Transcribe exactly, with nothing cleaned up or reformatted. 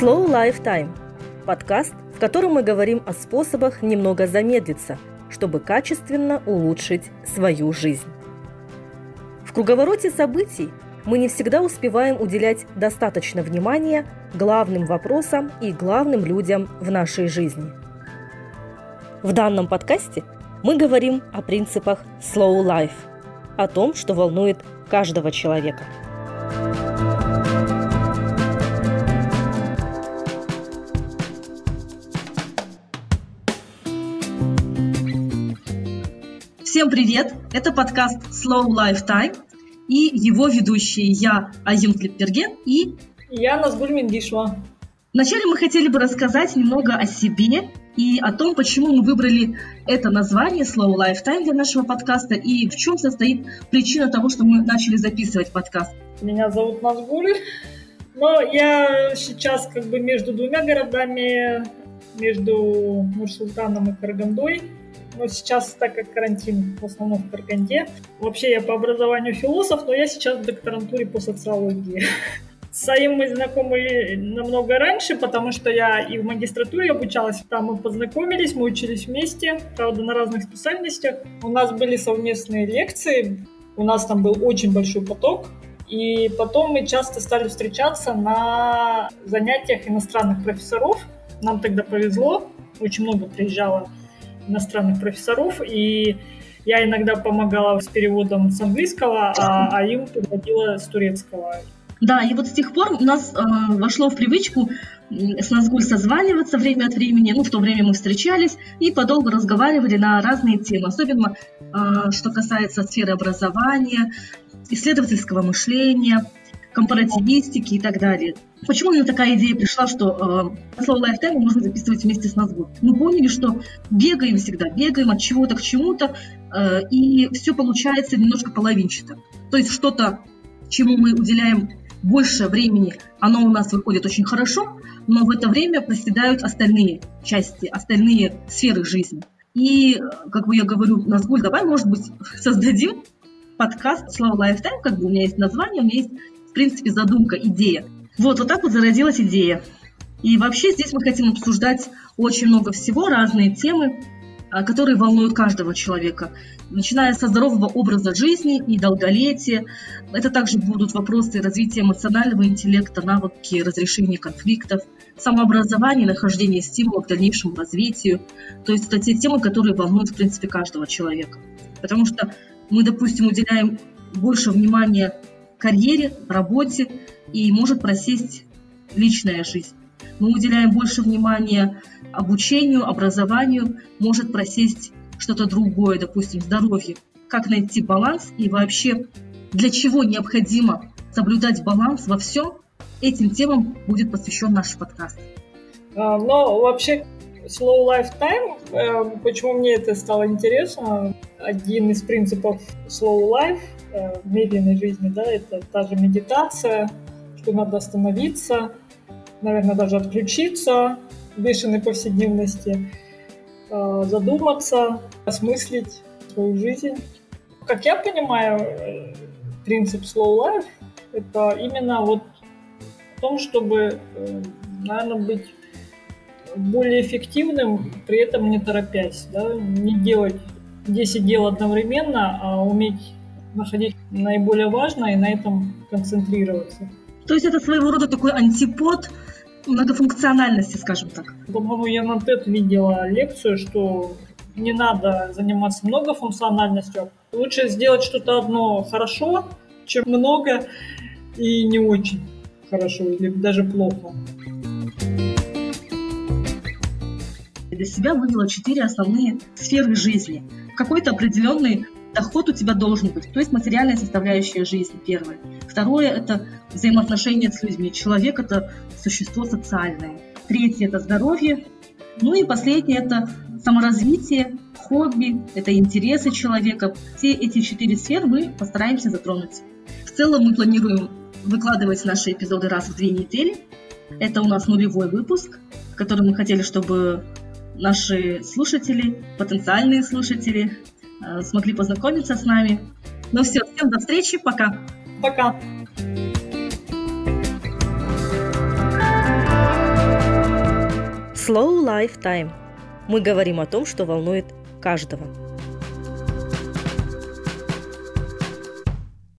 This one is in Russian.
Slow Lifetime – подкаст, в котором мы говорим о способах немного замедлиться, чтобы качественно улучшить свою жизнь. В круговороте событий мы не всегда успеваем уделять достаточно внимания главным вопросам и главным людям в нашей жизни. В данном подкасте мы говорим о принципах Slow Life, о том, что волнует каждого человека. Всем привет! Это подкаст Slow Lifetime и его ведущие я, Айым Тлепберген, и я, Назгуль Мингишева. Вначале мы хотели бы рассказать немного о себе и о том, почему мы выбрали это название Slow Lifetime для нашего подкаста и в чем состоит причина того, что мы начали записывать подкаст. Меня зовут Назгуль, но я сейчас как бы между двумя городами, между Нур-Султаном и Карагандой. Но сейчас, так как карантин в основном в Караганде, вообще я по образованию философ, но я сейчас в докторантуре по социологии. С Аим мы знакомы намного раньше, потому что я и в магистратуре обучалась, там мы познакомились, мы учились вместе, правда, на разных специальностях. У нас были совместные лекции, у нас там был очень большой поток, и потом мы часто стали встречаться на занятиях иностранных профессоров. Нам тогда повезло, очень много приезжало иностранных профессоров, и я иногда помогала с переводом с английского, а, а им переводила с турецкого. Да, и вот с тех пор у нас э, вошло в привычку с Назгуль созваниваться время от времени, ну, в то время мы встречались и подолгу разговаривали на разные темы, особенно э, что касается сферы образования, исследовательского мышления, компаративистики и так далее. Почему мне такая идея пришла, что э, Slow Lifetime можно записывать вместе с Назгуль? Мы поняли, что бегаем всегда, бегаем от чего-то к чему-то, э, и все получается немножко половинчато. То есть что-то, чему мы уделяем больше времени, оно у нас выходит очень хорошо, но в это время проседают остальные части, остальные сферы жизни. И, как бы я говорю, Назгуль, давай, может быть, создадим подкаст Slow Lifetime, как бы у меня есть название, у меня есть, в принципе, задумка, идея. Вот, вот так вот зародилась идея. И вообще здесь мы хотим обсуждать очень много всего, разные темы, которые волнуют каждого человека. Начиная со здорового образа жизни и долголетия. Это также будут вопросы развития эмоционального интеллекта, навыки разрешения конфликтов, самообразование, нахождение стимулов к дальнейшему развитию. То есть это те темы, которые волнуют, в принципе, каждого человека. Потому что мы, допустим, уделяем больше внимания карьере, работе, и может просесть личная жизнь. Мы уделяем больше внимания обучению, образованию, может просесть что-то другое, допустим, здоровье. Как найти баланс и вообще для чего необходимо соблюдать баланс во всем, этим темам будет посвящен наш подкаст. А, но вообще Slow Lifetime, почему мне это стало интересно, один из принципов Slow Life, медленной жизни, да, это та же медитация, что надо остановиться, наверное, даже отключиться в бешеной повседневности, задуматься, осмыслить свою жизнь. Как я понимаю, принцип Slow Life – это именно вот в том, чтобы, наверное, быть более эффективным, при этом не торопясь, да, не делать десять дел одновременно, а уметь находить наиболее важное и на этом концентрироваться. То есть это своего рода такой антипод многофункциональности, скажем так. По-моему, я на тед видела лекцию, что не надо заниматься многофункциональностью. Лучше сделать что-то одно хорошо, чем много и не очень хорошо или даже плохо. Для себя вывела четыре основные сферы жизни. Какой-то определенный доход у тебя должен быть, то есть материальная составляющая жизни, первое. Второе – это взаимоотношения с людьми. Человек – это существо социальное. Третье – это здоровье. Ну и последнее – это саморазвитие, хобби, это интересы человека. Все эти четыре сферы мы постараемся затронуть. В целом мы планируем выкладывать наши эпизоды раз в две недели. Это у нас нулевой выпуск, в котором мы хотели, чтобы наши слушатели, потенциальные слушатели смогли познакомиться с нами. Ну все, всем до встречи, пока. Пока. Slow Life Time. Мы говорим о том, что волнует каждого.